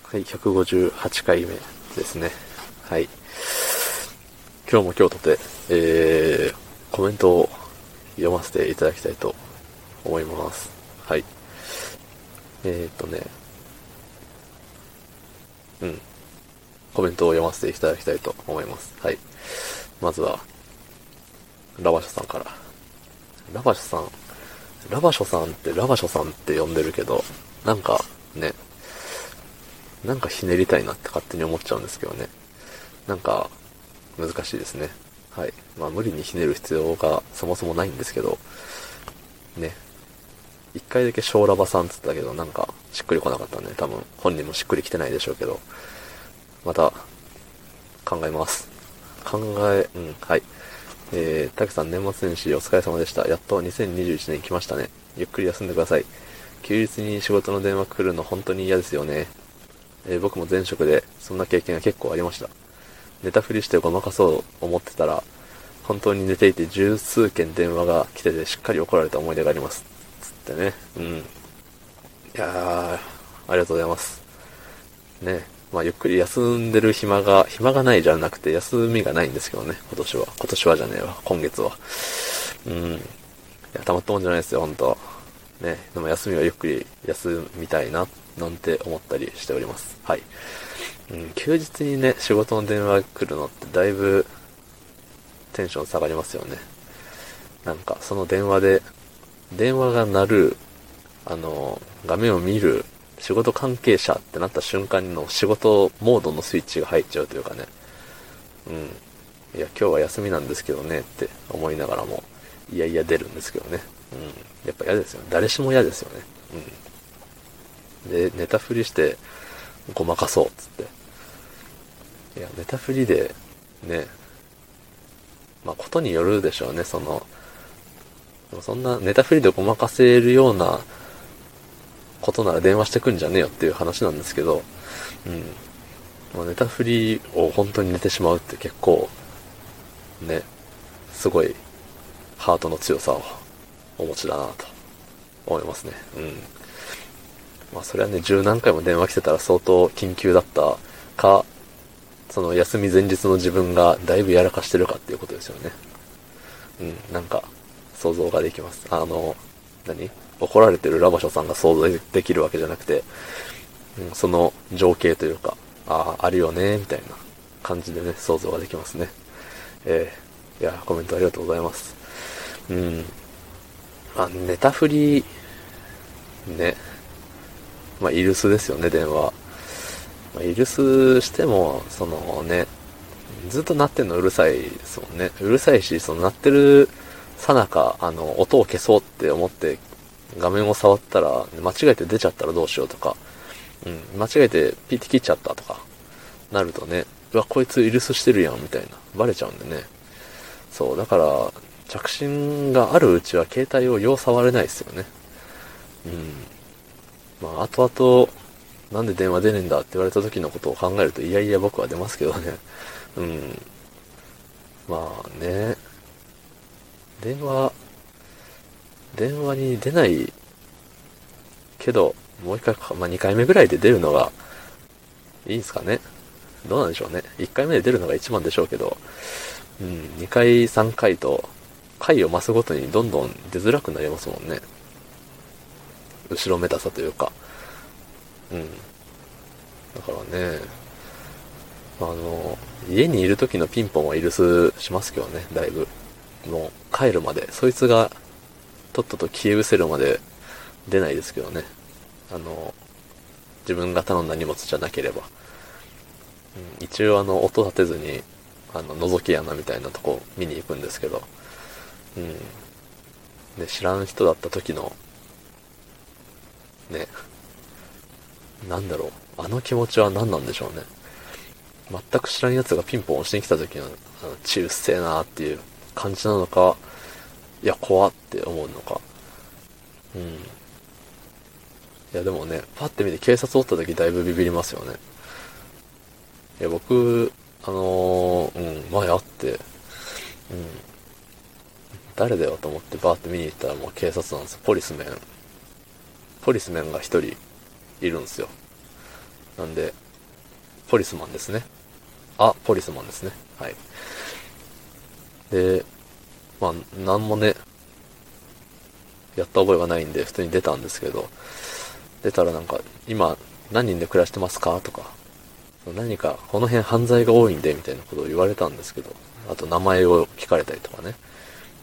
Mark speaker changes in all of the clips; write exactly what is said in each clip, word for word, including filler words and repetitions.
Speaker 1: はい、ひゃくごじゅうはちかいめですね。はい。今日も今日とて、えー、コメントを読ませていただきたいと思います。はい。えーっとね、うん。コメントを読ませていただきたいと思います。はい。まずは、ラバショさんから。ラバショさん、ラバショさんってラバショさんって呼んでるけど、なんかね、なんかひねりたいなって勝手に思っちゃうんですけどね。なんか、難しいですね。はい。まあ無理にひねる必要がそもそもないんですけど、ね。一回だけ小ラバさんって言ったけど、なんかしっくりこなかったんで、多分本人もしっくりきてないでしょうけど、また考えます。考え、うん、はい。えー、たけさん年末年始お疲れ様でした。やっとにせんにじゅういちねん来ましたね。ゆっくり休んでください。休日に仕事の電話来るの本当に嫌ですよね。えー、僕も前職でそんな経験が結構ありました。寝たふりしてごまかそう思ってたら、本当に寝ていて十数件電話が来ててしっかり怒られた思い出があります。つってね。うん。いやー、ありがとうございます。ね。まあ、ゆっくり休んでる暇が、暇がないじゃなくて、休みがないんですけどね、今年は。今年はじゃねえわ、今月は。うん。いや、たまったもんじゃないですよ、本当ね。でも休みはゆっくり休みたいな、なんて思ったりしております。はい。うん、休日にね、仕事の電話来るのってだいぶテンション下がりますよね。なんか、その電話で、電話が鳴る、あの、画面を見る、仕事関係者ってなった瞬間の仕事モードのスイッチが入っちゃうというかね。うん。いや、今日は休みなんですけどねって思いながらも、いやいや出るんですけどね。うん。やっぱ嫌ですよね。誰しも嫌ですよね。うん。で、寝たふりして、ごまかそう、つって。いや、寝たふりで、ね、まあ、ことによるでしょうね、その、でもそんな寝たふりでごまかせるようなことなら電話してくんじゃねえよっていう話なんですけど、うん。まあ、寝たふりを本当に寝てしまうって結構、ね、すごいハートの強さをお持ちだなと思いますね。うん。まあそれはね、十何回も電話来てたら相当緊急だったか、その休み前日の自分がだいぶやらかしてるかっていうことですよね。うん、なんか想像ができます。あの、何怒られてるラバショさんが想像できるわけじゃなくて、うん、その情景というか、ああ、あるよね、みたいな感じでね、想像ができますね。えー、いや、コメントありがとうございます。うん。まあ、ネタフリ、ね。まあ、イルスですよね、電話。まあ、イルスしても、そのね、ずっと鳴ってんのうるさいですもんね。うるさいし、その鳴ってるさなか、あの、音を消そうって思って画面を触ったら、間違えて出ちゃったらどうしようとか、うん、間違えてピーって切っちゃったとか、なるとね、うわ、こいつイルスしてるやん、みたいな、バレちゃうんでね。そう、だから、着信があるうちは携帯をよう触れないですよね。うん。まあ、後々、なんで電話出ねえんだって言われた時のことを考えると、いやいや僕は出ますけどね。うん。まあね、電話、電話に出ないけど、もう一回、まあ二回目ぐらいで出るのがいいんすかね。どうなんでしょうね。一回目で出るのが一番でしょうけど、うん、二回、三回と、回を増すごとにどんどん出づらくなりますもんね。後ろめたさというか。うん。だからね、あの、家にいる時のピンポンはイルスしますけどね、だいぶ。もう帰るまで、そいつがとっとと消え失せるまで出ないですけどね。あの、自分が頼んだ荷物じゃなければ。うん、一応あの、音立てずに、あの、覗き穴みたいなとこ見に行くんですけど、うん。で、知らん人だった時の、ね、なんだろう、あの気持ちは何なんでしょうね。全く知らん奴がピンポン押しに来た時の、あの、血うっせえなーっていう感じなのか、いや、怖って思うのか。うん。いや、でもね、パッて見て警察おった時だいぶビビりますよね。いや、僕、あのー、うん、前会って、うん、誰だよと思ってバーって見に行ったらもう警察なんですよ。ポリスメン。ポリスメンが一人いるんですよ。 なんで、ポリスマンですね。あ、ポリスマンですね。はい。で、まあ、なんもね、やった覚えがないんで、普通に出たんですけど、出たらなんか、今、何人で暮らしてますかとか、何か、この辺犯罪が多いんで、みたいなことを言われたんですけど、あと名前を聞かれたりとかね。うん。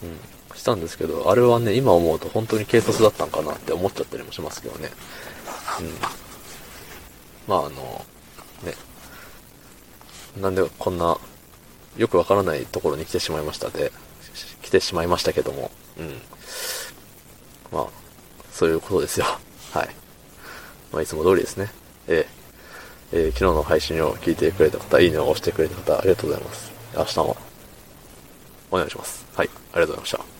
Speaker 1: したんですけど、あれはね、今思うと本当に軽率だったんかなって思っちゃったりもしますけどね。うん。まああの、ね、なんでこんな、よくわからないところに来てしまいましたで、来てしまいましたけども、うん。まあ、そういうことですよ。はい。まあ、いつも通りですね。えー、えー、昨日の配信を聞いてくれた方、いいねを押してくれた方、ありがとうございます。明日もお願いします。はい、ありがとうございました。